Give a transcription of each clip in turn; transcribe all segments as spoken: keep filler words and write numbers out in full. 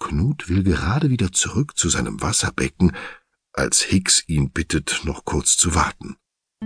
Knut will gerade wieder zurück zu seinem Wasserbecken, als Hix ihn bittet, noch kurz zu warten.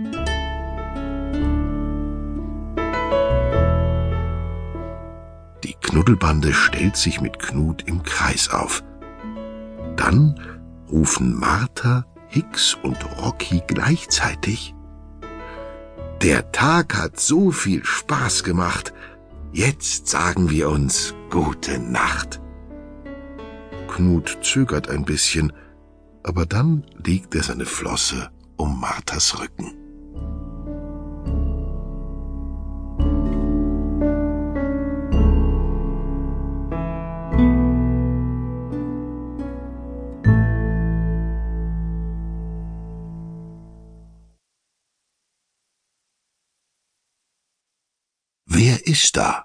Die Knuddelbande stellt sich mit Knut im Kreis auf. Dann rufen Martha, Hix und Rocky gleichzeitig: »Der Tag hat so viel Spaß gemacht. Jetzt sagen wir uns gute Nacht.« Knut zögert ein bisschen, aber dann legt er seine Flosse um Marthas Rücken. Wer ist da?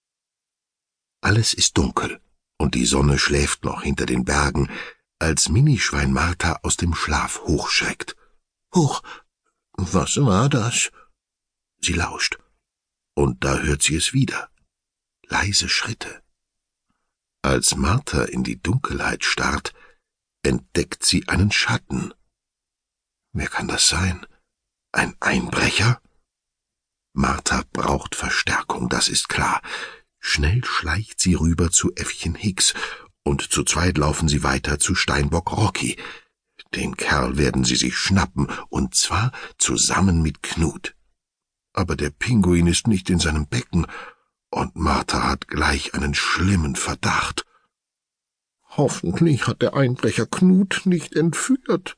Alles ist dunkel und die Sonne schläft noch hinter den Bergen, als Minischwein Martha aus dem Schlaf hochschreckt. »Huch, was war das?« Sie lauscht, und da hört sie es wieder. Leise Schritte. Als Martha in die Dunkelheit starrt, entdeckt sie einen Schatten. Wer kann das sein? Ein Einbrecher? Martha braucht Verstärkung, das ist klar. Schnell schleicht sie rüber zu Äffchen Hix, und zu zweit laufen sie weiter zu Steinbock Rocky. Den Kerl werden sie sich schnappen, und zwar zusammen mit Knut. Aber der Pinguin ist nicht in seinem Becken, und Martha hat gleich einen schlimmen Verdacht. Hoffentlich hat der Einbrecher Knut nicht entführt.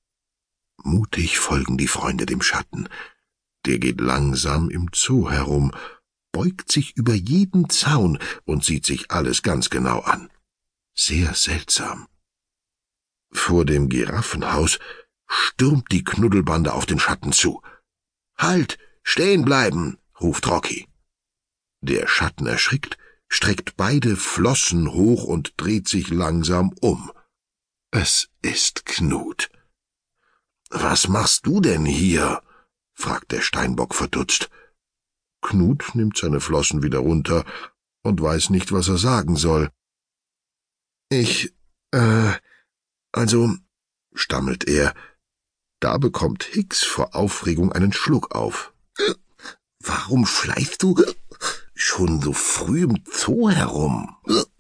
Mutig folgen die Freunde dem Schatten. Der geht langsam im Zoo herum, beugt sich über jeden Zaun und sieht sich alles ganz genau an. Sehr seltsam. Vor dem Giraffenhaus stürmt die Knuddelbande auf den Schatten zu. »Halt! Stehen bleiben!« ruft Rocky. Der Schatten erschrickt, streckt beide Flossen hoch und dreht sich langsam um. Es ist Knut. »Was machst du denn hier?« fragt der Steinbock verdutzt. Knut nimmt seine Flossen wieder runter und weiß nicht, was er sagen soll. »Ich, äh, also«, stammelt er. Da bekommt Hix vor Aufregung einen Schluck auf. »Warum schleifst du schon so früh im Zoo herum?«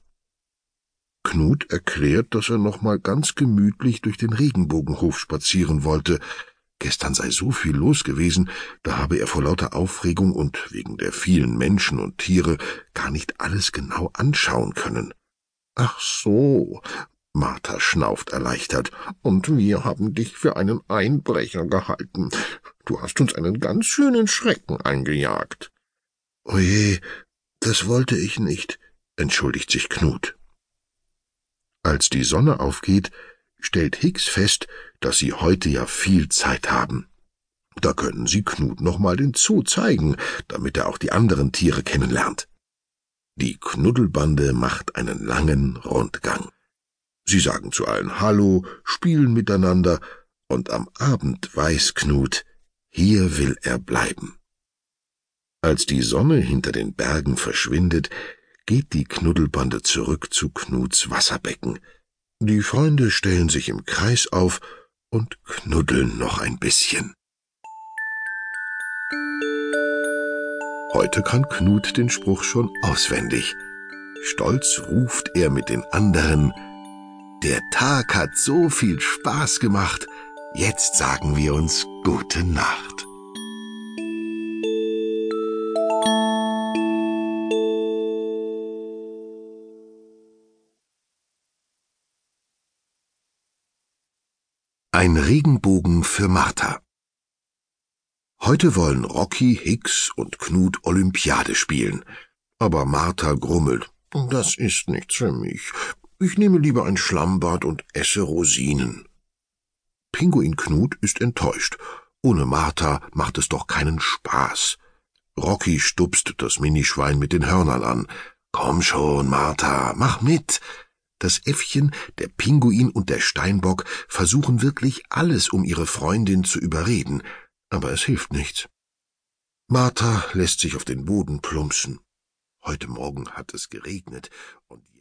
Knut erklärt, dass er noch mal ganz gemütlich durch den Regenbogenhof spazieren wollte. Gestern sei so viel los gewesen, da habe er vor lauter Aufregung und wegen der vielen Menschen und Tiere gar nicht alles genau anschauen können. »Ach so«, Martha schnauft erleichtert, »und wir haben dich für einen Einbrecher gehalten. Du hast uns einen ganz schönen Schrecken eingejagt.« »Oje, das wollte ich nicht«, entschuldigt sich Knut. Als die Sonne aufgeht, stellt Hix fest, dass sie heute ja viel Zeit haben. Da können sie Knut noch mal den Zoo zeigen, damit er auch die anderen Tiere kennenlernt. Die Knuddelbande macht einen langen Rundgang. Sie sagen zu allen Hallo, spielen miteinander, und am Abend weiß Knut, hier will er bleiben. Als die Sonne hinter den Bergen verschwindet, geht die Knuddelbande zurück zu Knuts Wasserbecken. Die Freunde stellen sich im Kreis auf und knuddeln noch ein bisschen. Heute kann Knut den Spruch schon auswendig. Stolz ruft er mit den anderen: »Der Tag hat so viel Spaß gemacht, jetzt sagen wir uns gute Nacht.« Ein Regenbogen für Martha. Heute wollen Rocky, Hix und Knut Olympiade spielen. Aber Martha grummelt: »Das ist nichts für mich. Ich nehme lieber ein Schlammbad und esse Rosinen.« Pinguin Knut ist enttäuscht. Ohne Martha macht es doch keinen Spaß. Rocky stupst das Minischwein mit den Hörnern an. »Komm schon, Martha, mach mit!« Das Äffchen, der Pinguin und der Steinbock versuchen wirklich alles, um ihre Freundin zu überreden, aber es hilft nichts. Martha lässt sich auf den Boden plumpsen. Heute Morgen hat es geregnet und